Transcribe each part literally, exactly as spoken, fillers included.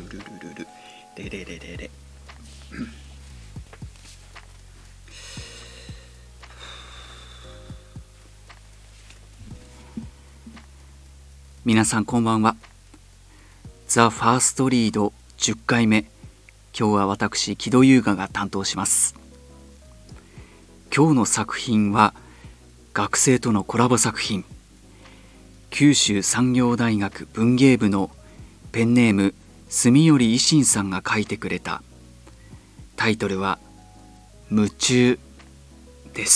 ルルルルレレレレレ皆さんこんばんは。ザ・ファーストリードじゅっかいめ、今日は私木戸優雅が担当します。今日の作品は学生とのコラボ作品、九州産業大学文芸部のペンネーム住頼維新さんが書いてくれた。タイトルは夢中です。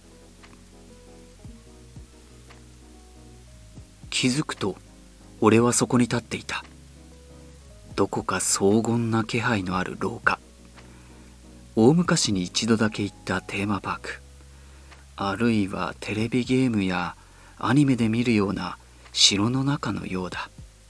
気づくと俺はそこに立っていた。どこか荘厳な気配のある廊下、大昔に一度だけ行ったテーマパーク、あるいはテレビゲームやアニメで見るような城の中のようだ。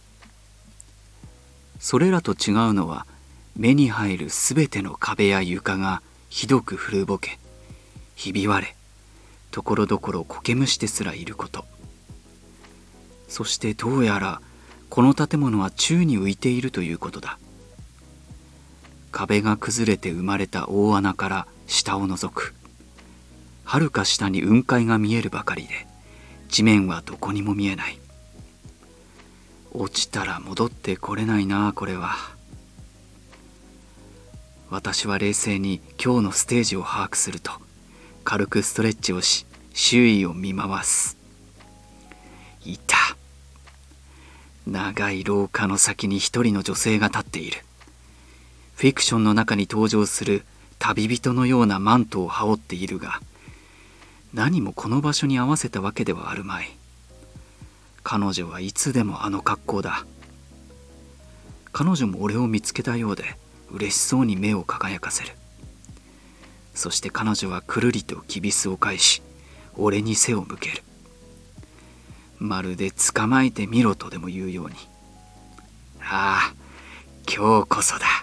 それらと違うのは、目に入るすべての壁や床がひどく古ぼけ、ひび割れ、ところどころ苔むしてすらいること。そしてどうやらこの建物は宙に浮いているということだ。壁が崩れて生まれた大穴から下を覗く。はるか下に雲海が見えるばかりで、地面はどこにも見えない。落ちたら戻ってこれないな、これは。私は冷静に今日のステージを把握すると、軽くストレッチをし、周囲を見回す。いた。長い廊下の先に一人の女性が立っている。フィクションの中に登場する旅人のようなマントを羽織っているが、何もこの場所に合わせたわけではあるまい。彼女はいつでもあの格好だ。彼女も俺を見つけたようで嬉しそうに目を輝かせる。そして彼女はくるりときびすを返し、俺に背を向ける。まるで捕まえてみろとでも言うように。ああ、今日こそだ。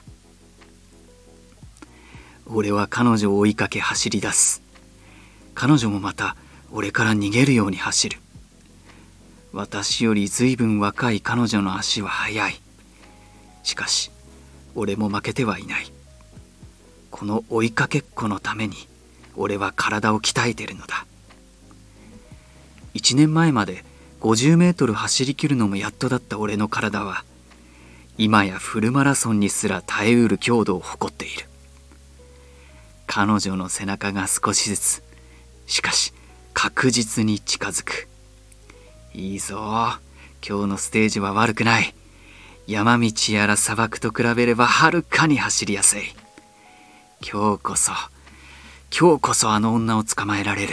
俺は彼女を追いかけ走り出す。彼女もまた俺から逃げるように走る。私よりずいぶん若い彼女の足は速い。しかし俺も負けてはいない。この追いかけっこのために俺は体を鍛えているのだ。一年前までごじゅうメートル走りきるのもやっとだった俺の体は、今やフルマラソンにすら耐えうる強度を誇っている。彼女の背中が少しずつ、しかし確実に近づく。いいぞ、今日のステージは悪くない。山道やら砂漠と比べればはるかに走りやすい。今日こそ今日こそあの女を捕まえられる。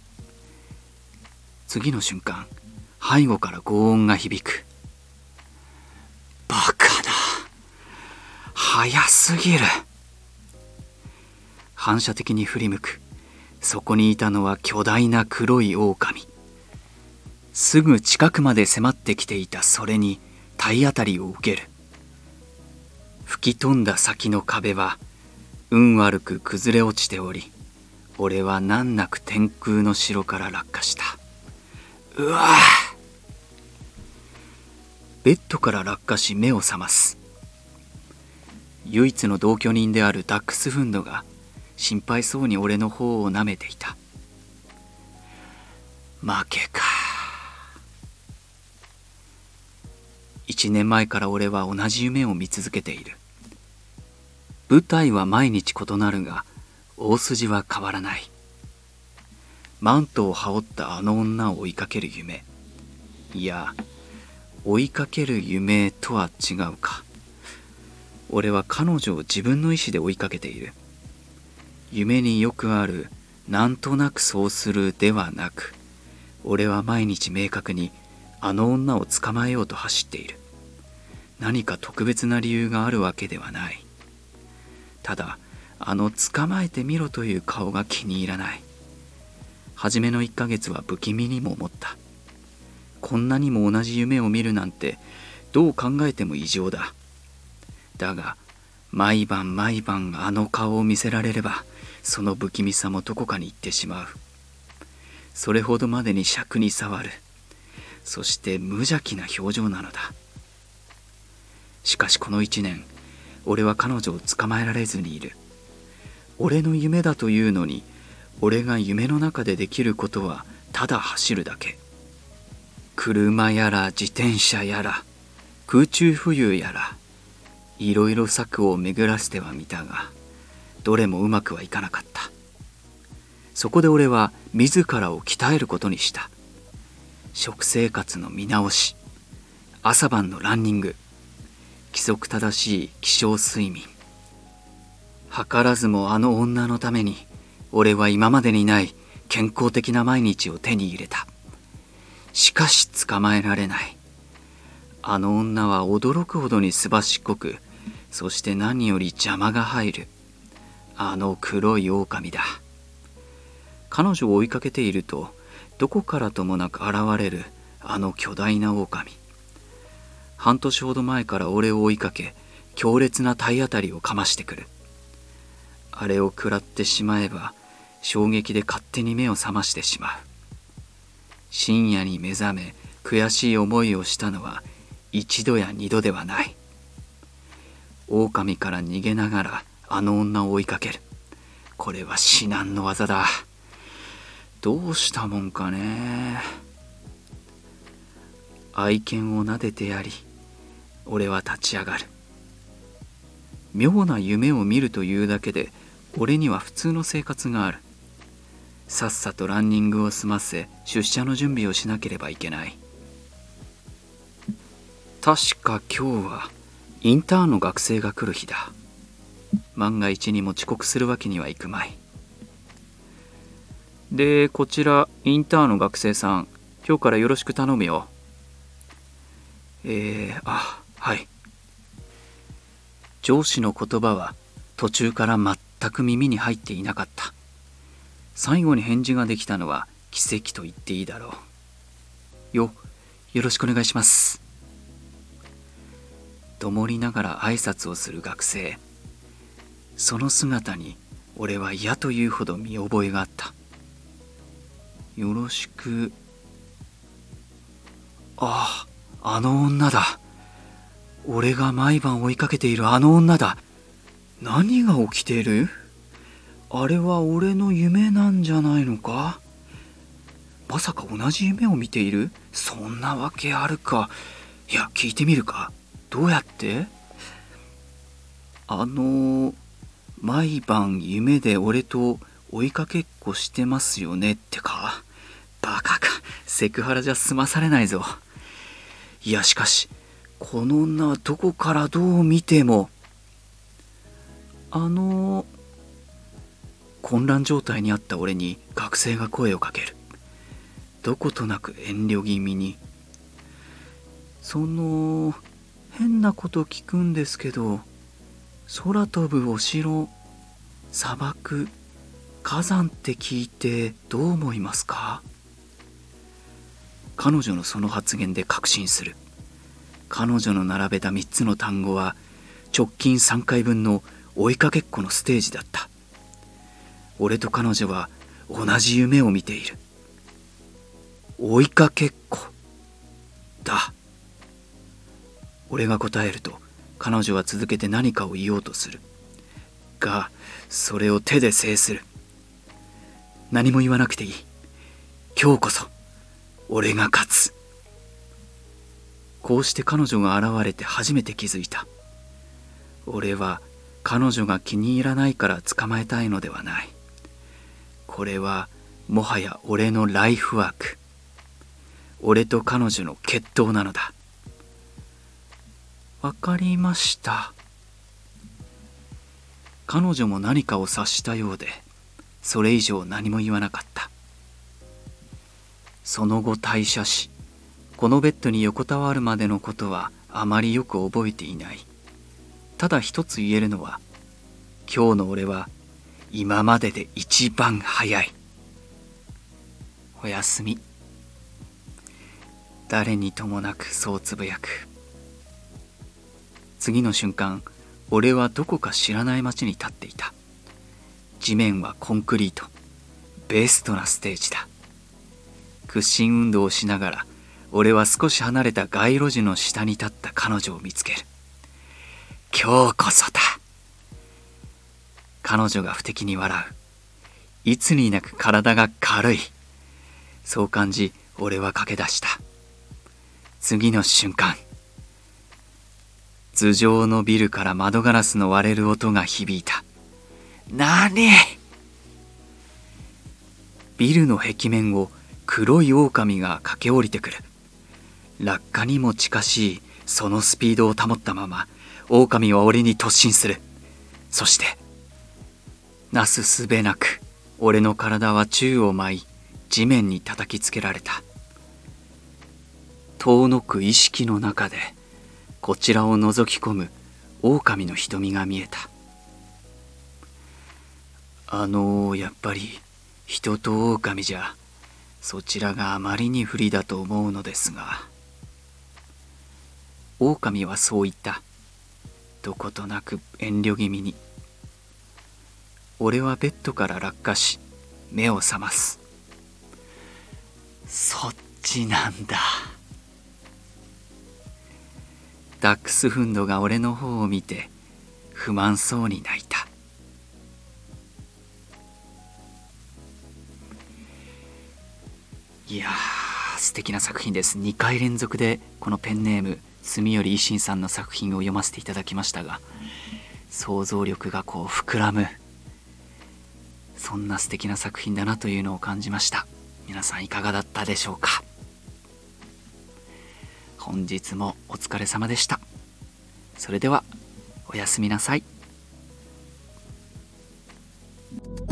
次の瞬間、背後から轟音が響く。バカな、早すぎる。反射的に振り向く。そこにいたのは巨大な黒い狼。すぐ近くまで迫ってきていたそれに体当たりを受ける。吹き飛んだ先の壁は運悪く崩れ落ちており、俺は難なく天空の城から落下した。うわぁ。ベッドから落下し目を覚ます。唯一の同居人であるダックスフンドが心配そうに俺の方を舐めていた。負けか。一年前から俺は同じ夢を見続けている。舞台は毎日異なるが、大筋は変わらない。マントを羽織ったあの女を追いかける夢。いや、追いかける夢とは違うか。俺は彼女を自分の意志で追いかけている。夢によくあるなんとなくそうするではなく、俺は毎日明確にあの女を捕まえようと走っている。何か特別な理由があるわけではない。ただ、あの捕まえてみろという顔が気に入らない。初めのいっかげつは不気味にも思った。こんなにも同じ夢を見るなんてどう考えても異常だ。だが毎晩毎晩あの顔を見せられれば、その不気味さもどこかに行ってしまう。それほどまでに尺に触る。そして無邪気な表情なのだ。ししかしこの一年、俺は彼女を捕まえられずにいる。俺の夢だというのに、俺が夢の中でできることはただ走るだけ。車やら自転車やら空中浮遊やら、いろいろ策を巡らせてはみたが、どれもうまくはいかなかった。そこで俺は自らを鍛えることにした。食生活の見直し、朝晩のランニング、規則正しい起床睡眠。図らずもあの女のために、俺は今までにない健康的な毎日を手に入れた。しかし捕まえられない。あの女は驚くほどにすばしっこく、そして何より邪魔が入る。あの黒い狼だ。彼女を追いかけていると、どこからともなく現れるあの巨大な狼。半年ほど前から俺を追いかけ、強烈な体当たりをかましてくる。あれを食らってしまえば、衝撃で勝手に目を覚ましてしまう。深夜に目覚め、悔しい思いをしたのは一度や二度ではない。狼から逃げながらあの女を追いかける。これは至難の業だ。どうしたもんかね。愛犬を撫でてやり、俺は立ち上がる。妙な夢を見るというだけで、俺には普通の生活がある。さっさとランニングを済ませ、出社の準備をしなければいけない。確か今日はインターンの学生が来る日だ。万が一にも遅刻するわけにはいくまい。で、こちらインターンの学生さん、今日からよろしく頼むよ。えー、あ、はい。上司の言葉は途中から全く耳に入っていなかった。最後に返事ができたのは奇跡と言っていいだろう。よ、よろしくお願いします。どもりながら挨拶をする学生。その姿に俺は嫌というほど見覚えがあった。よろしく。ああ、あの女だ。俺が毎晩追いかけているあの女だ。何が起きている？あれは俺の夢なんじゃないのか？まさか同じ夢を見ている？そんなわけあるか。いや、聞いてみるか。どうやって？あの、毎晩夢で俺と追いかけっこしてますよねってか。バカか。セクハラじゃ済まされないぞ。いや、しかし、この女はどこからどう見ても、あの、混乱状態にあった俺に学生が声をかける。どことなく遠慮気味に。その、変なこと聞くんですけど、空飛ぶお城、砂漠、火山って聞いてどう思いますか？彼女のその発言で確信する。彼女の並べたみっつの単語は直近さんかいぶんの追いかけっこのステージだった。俺と彼女は同じ夢を見ている。追いかけっこだ。俺が答えると彼女は続けて何かを言おうとするが、それを手で制する。何も言わなくていい。今日こそ俺が勝つ。こうして彼女が現れて初めて気づいた。俺は彼女が気に入らないから捕まえたいのではない。これはもはや俺のライフワーク。俺と彼女の決闘なのだ。わかりました。彼女も何かを察したようで、それ以上何も言わなかった。その後退社し、このベッドに横たわるまでのことはあまりよく覚えていない。ただ一つ言えるのは、今日の俺は今までで一番早い。おやすみ。誰にともなくそうつぶやく。次の瞬間、俺はどこか知らない街に立っていた。地面はコンクリート。ベストなステージだ。屈伸運動をしながら、俺は少し離れた街路樹の下に立った彼女を見つける。 今日こそだ。彼女が不敵に笑う。いつになく体が軽い。そう感じ、俺は駆け出した。次の瞬間、頭上のビルから窓ガラスの割れる音が響いた。なに？ビルの壁面を黒い狼が駆け下りてくる。落下にも近しいそのスピードを保ったまま、狼は俺に突進する。そしてなすすべなく俺の体は宙を舞い、地面に叩きつけられた。遠のく意識の中でこちらを覗き込む狼の瞳が見えた。あのやっぱり人と狼じゃそちらがあまりに不利だと思うのですが。狼はそう言った。どことなく遠慮気味に。俺はベッドから落下し目を覚ます。そっちなんだ。ダックスフンドが俺の方を見て不満そうに泣いた。いやー、素敵な作品です。にかい連続でこのペンネーム住頼維新さんの作品を読ませていただきましたが、想像力がこう膨らむ、そんな素敵な作品だなというのを感じました。皆さんいかがだったでしょうか。本日もお疲れ様でした。それではおやすみなさい。